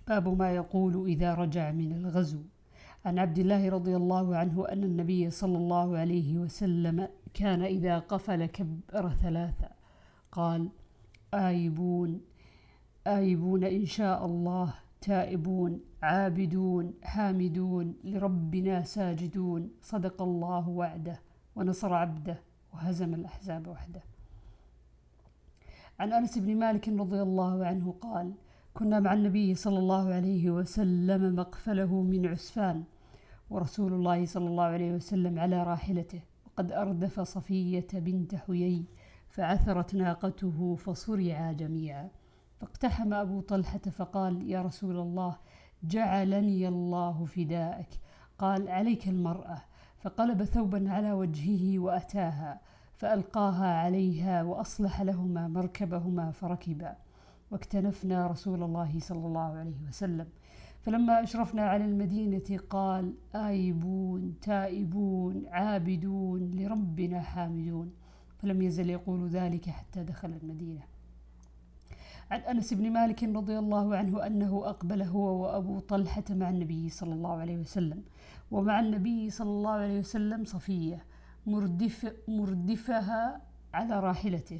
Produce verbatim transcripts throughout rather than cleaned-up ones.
باب ما يقول إذا رجع من الغزو. عن عبد الله رضي الله عنه أن النبي صلى الله عليه وسلم كان إذا قفل كبر ثلاثة، قال: آيبون آيبون إن شاء الله، تائبون عابدون حامدون لربنا ساجدون، صدق الله وعده ونصر عبده وهزم الأحزاب وحده. عن أنس بن مالك رضي الله عنه قال: كنا مع النبي صلى الله عليه وسلم مقفله من عسفان، ورسول الله صلى الله عليه وسلم على راحلته، وقد أردف صفية بنت حيي، فعثرت ناقته فصرعا جميعا، فاقتحم أبو طلحة فقال: يا رسول الله، جعلني الله فداءك. قال: عليك المرأة. فقلب ثوبا على وجهه وأتاها، فألقاها عليها وأصلح لهما مركبهما فركبا، واكتنفنا رسول الله صلى الله عليه وسلم. فلما أشرفنا على المدينة قال: آيبون تائبون عابدون لربنا حامدون، فلم يزل يقول ذلك حتى دخل المدينة. عن أنس بن مالك رضي الله عنه أنه أقبل هو وأبو طلحة مع النبي صلى الله عليه وسلم، ومع النبي صلى الله عليه وسلم صفية مردف مردفها على راحلته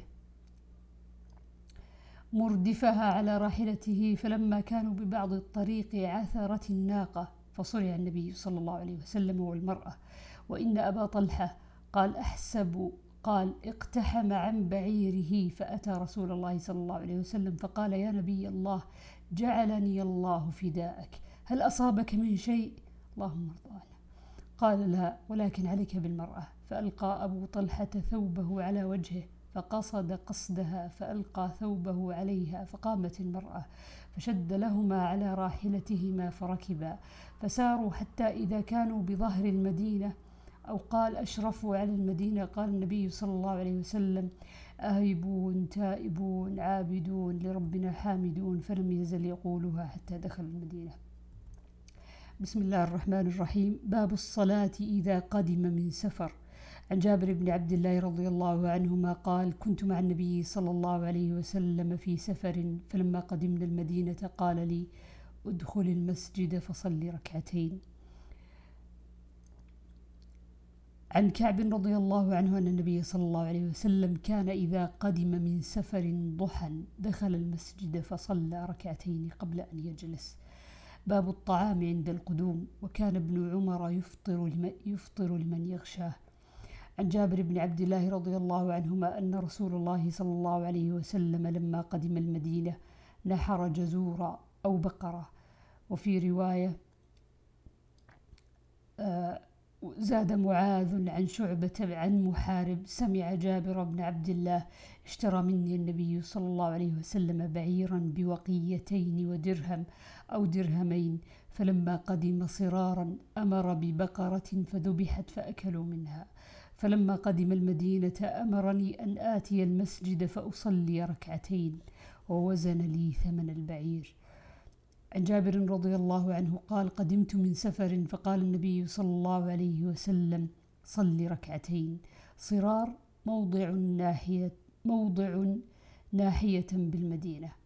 مردفها على راحلته فلما كانوا ببعض الطريق عثرت الناقة، فصرع النبي صلى الله عليه وسلم والمرأة. وإن أبا طلحة قال أحسب قال اقتحم عن بعيره، فأتى رسول الله صلى الله عليه وسلم فقال: يا نبي الله، جعلني الله فداءك، هل أصابك من شيء؟ اللهم ارضى عنه. قال: لا، ولكن عليك بالمرأة. فألقى أبو طلحة ثوبه على وجهه، فقصد قصدها، فألقى ثوبه عليها، فقامت المرأة، فشد لهما على راحلتهما فركبا، فساروا حتى إذا كانوا بظهر المدينة، أو قال أشرفوا على المدينة، قال النبي صلى الله عليه وسلم: آيبون تائبون عابدون لربنا حامدون، فلم يزل يقولها حتى دخل المدينة. بسم الله الرحمن الرحيم. باب الصلاة إذا قدم من سفر. عن جابر بن عبد الله رضي الله عنهما قال: كنت مع النبي صلى الله عليه وسلم في سفر، فلما قدمنا المدينة قال لي: ادخل المسجد فصلي ركعتين. عن كعب رضي الله عنه أن النبي صلى الله عليه وسلم كان إذا قدم من سفر ضحى دخل المسجد فصلى ركعتين قبل أن يجلس. باب الطعام عند القدوم. وكان ابن عمر يفطر لمن, يفطر لمن يغشاه. عن جابر بن عبد الله رضي الله عنهما أن رسول الله صلى الله عليه وسلم لما قدم المدينة نحر جزورا أو بقرة. وفي رواية آه زاد معاذ عن شعبة عن محارب: سمع جابر بن عبد الله: اشترى مني النبي صلى الله عليه وسلم بعيرا بوقيتين ودرهم أو درهمين، فلما قدم صرارا أمر ببقرة فذبحت فأكلوا منها. فلما قدم المدينة أمرني أن آتي المسجد فأصلي ركعتين، ووزن لي ثمن البعير. عن جابر رضي الله عنه قال: قدمت من سفر، فقال النبي صلى الله عليه وسلم: صل ركعتين. صرار موضع ناحية, موضع ناحية بالمدينة.